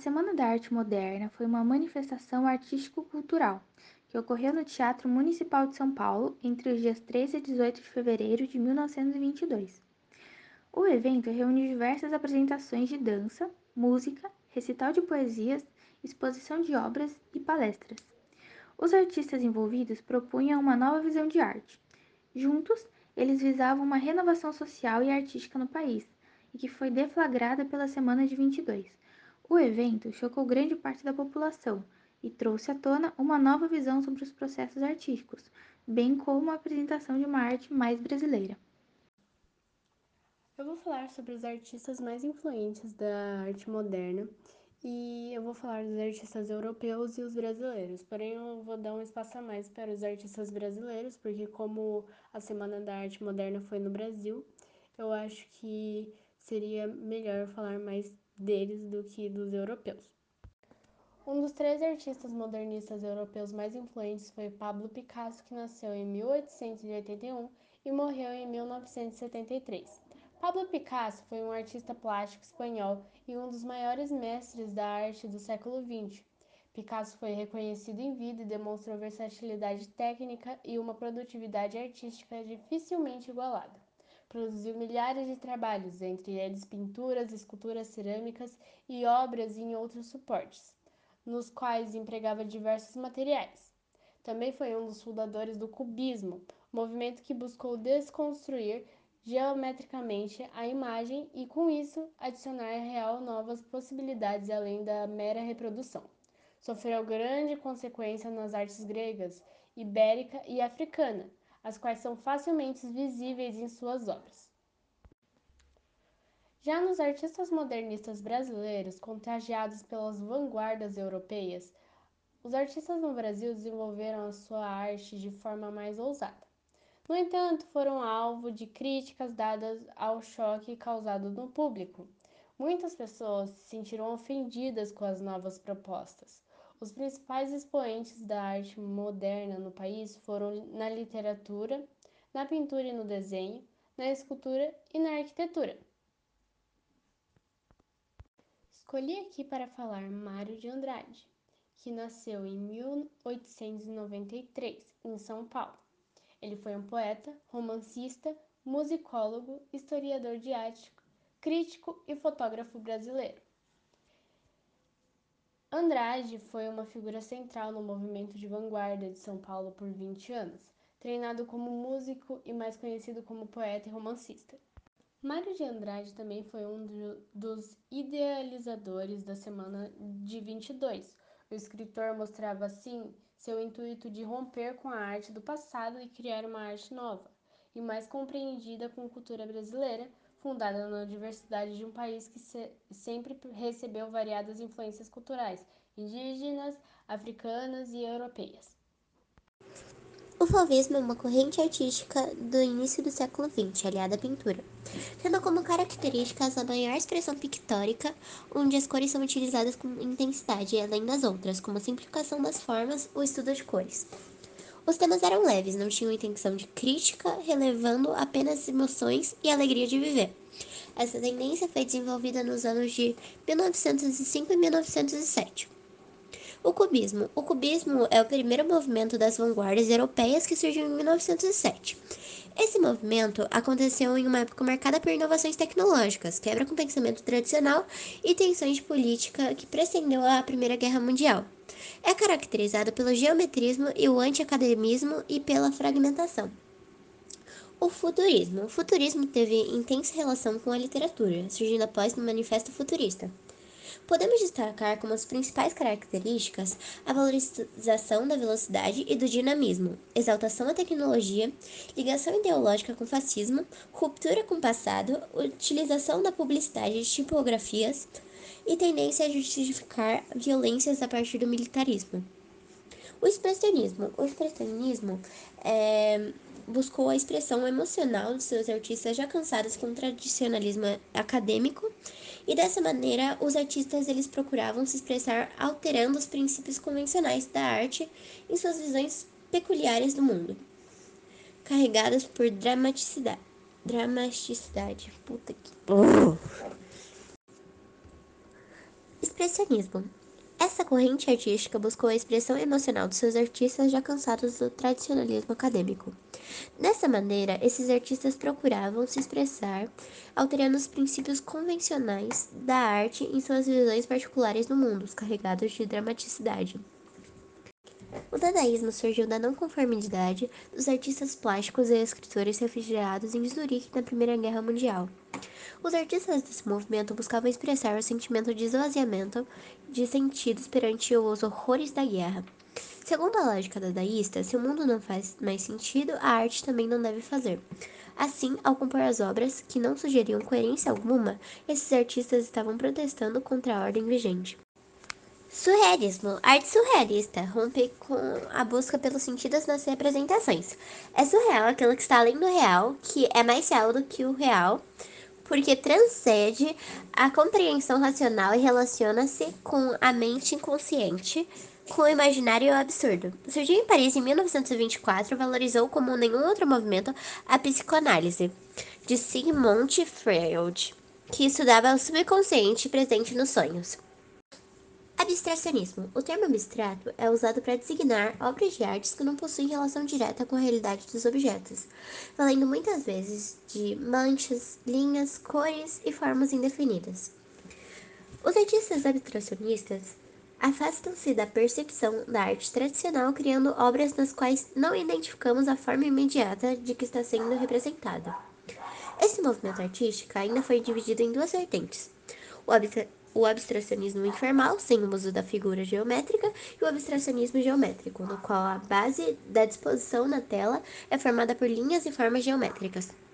Semana da Arte Moderna foi uma manifestação artístico-cultural que ocorreu no Teatro Municipal de São Paulo entre os dias 13 e 18 de fevereiro de 1922. O evento reuniu diversas apresentações de dança, música, recital de poesias, exposição de obras e palestras. Os artistas envolvidos propunham uma nova visão de arte. Juntos, eles visavam uma renovação social e artística no país, e que foi deflagrada pela Semana de 22. O evento chocou grande parte da população e trouxe à tona uma nova visão sobre os processos artísticos, bem como a apresentação de uma arte mais brasileira. Eu vou falar sobre os artistas mais influentes da arte moderna e eu vou falar dos artistas europeus e os brasileiros. Porém, eu vou dar um espaço a mais para os artistas brasileiros, porque como a Semana da Arte Moderna foi no Brasil, eu acho que seria melhor falar mais deles do que dos europeus. Um dos três artistas modernistas europeus mais influentes foi Pablo Picasso, que nasceu em 1881 e morreu em 1973. Pablo Picasso foi um artista plástico espanhol e um dos maiores mestres da arte do século XX. Picasso foi reconhecido em vida e demonstrou versatilidade técnica e uma produtividade artística dificilmente igualada. Produziu milhares de trabalhos, entre eles pinturas, esculturas cerâmicas e obras em outros suportes, nos quais empregava diversos materiais. Também foi um dos fundadores do cubismo, movimento que buscou desconstruir geometricamente a imagem e, com isso, adicionar real novas possibilidades além da mera reprodução. Sofreu grande consequência nas artes gregas, ibérica e africana, as quais são facilmente visíveis em suas obras. Já nos artistas modernistas brasileiros, contagiados pelas vanguardas europeias, os artistas no Brasil desenvolveram a sua arte de forma mais ousada. No entanto, foram alvo de críticas dadas ao choque causado no público. Muitas pessoas se sentiram ofendidas com as novas propostas. Os principais expoentes da arte moderna no país foram na literatura, na pintura e no desenho, na escultura e na arquitetura. Escolhi aqui para falar Mário de Andrade, que nasceu em 1893 em São Paulo. Ele foi um poeta, romancista, musicólogo, historiador de arte, crítico e fotógrafo brasileiro. Andrade foi uma figura central no movimento de vanguarda de São Paulo por 20 anos, treinado como músico e mais conhecido como poeta e romancista. Mário de Andrade também foi um dos idealizadores da Semana de 22. O escritor mostrava, assim, seu intuito de romper com a arte do passado e criar uma arte nova, e mais compreendida com a cultura brasileira, fundada na diversidade de um país que sempre recebeu variadas influências culturais, indígenas, africanas e europeias. O fauvismo é uma corrente artística do início do século XX, aliada à pintura, tendo como características a maior expressão pictórica, onde as cores são utilizadas com intensidade, além das outras, como a simplificação das formas ou estudo de cores. Os temas eram leves, não tinham intenção de crítica, relevando apenas emoções e alegria de viver. Essa tendência foi desenvolvida nos anos de 1905 e 1907. O cubismo. O cubismo é o primeiro movimento das vanguardas europeias que surgiu em 1907. Esse movimento aconteceu em uma época marcada por inovações tecnológicas, quebra com o pensamento tradicional e tensões de política que precedeu a Primeira Guerra Mundial. É caracterizado pelo geometrismo e o anti-academismo e pela fragmentação. O futurismo. O futurismo teve intensa relação com a literatura, surgindo após o Manifesto Futurista. Podemos destacar como as principais características a valorização da velocidade e do dinamismo, exaltação à tecnologia, ligação ideológica com o fascismo, ruptura com o passado, utilização da publicidade de tipografias e tendência a justificar violências a partir do militarismo. O expressionismo. O expressionismo buscou a expressão emocional de seus artistas já cansados com o tradicionalismo acadêmico e dessa maneira os artistas eles procuravam se expressar alterando os princípios convencionais da arte em suas visões peculiares do mundo, carregadas por dramaticidade. Puta que. Expressionismo. Essa corrente artística buscou a expressão emocional de seus artistas já cansados do tradicionalismo acadêmico. Dessa maneira, esses artistas procuravam se expressar, alterando os princípios convencionais da arte em suas visões particulares do mundo, carregados de dramaticidade. O dadaísmo surgiu da não conformidade dos artistas plásticos e escritores refugiados em Zurique na Primeira Guerra Mundial. Os artistas desse movimento buscavam expressar o sentimento de esvaziamento de sentidos perante os horrores da guerra. Segundo a lógica dadaísta, se o mundo não faz mais sentido, a arte também não deve fazer. Assim, ao compor as obras, que não sugeriam coerência alguma, esses artistas estavam protestando contra a ordem vigente. Surrealismo. Arte surrealista rompe com a busca pelos sentidos nas representações. É surreal aquilo que está além do real, que é mais real do que o real, porque transcende a compreensão racional e relaciona-se com a mente inconsciente, com o imaginário e o absurdo. Surgiu em Paris em 1924, valorizou como nenhum outro movimento a psicoanálise de Sigmund Freud, que estudava o subconsciente presente nos sonhos. Abstracionismo. O termo abstrato é usado para designar obras de artes que não possuem relação direta com a realidade dos objetos, valendo muitas vezes de manchas, linhas, cores e formas indefinidas. Os artistas abstracionistas afastam-se da percepção da arte tradicional, criando obras nas quais não identificamos a forma imediata de que está sendo representada. Esse movimento artístico ainda foi dividido em duas vertentes: o abstracionismo informal, sem o uso da figura geométrica, e o abstracionismo geométrico, no qual a base da disposição na tela é formada por linhas e formas geométricas.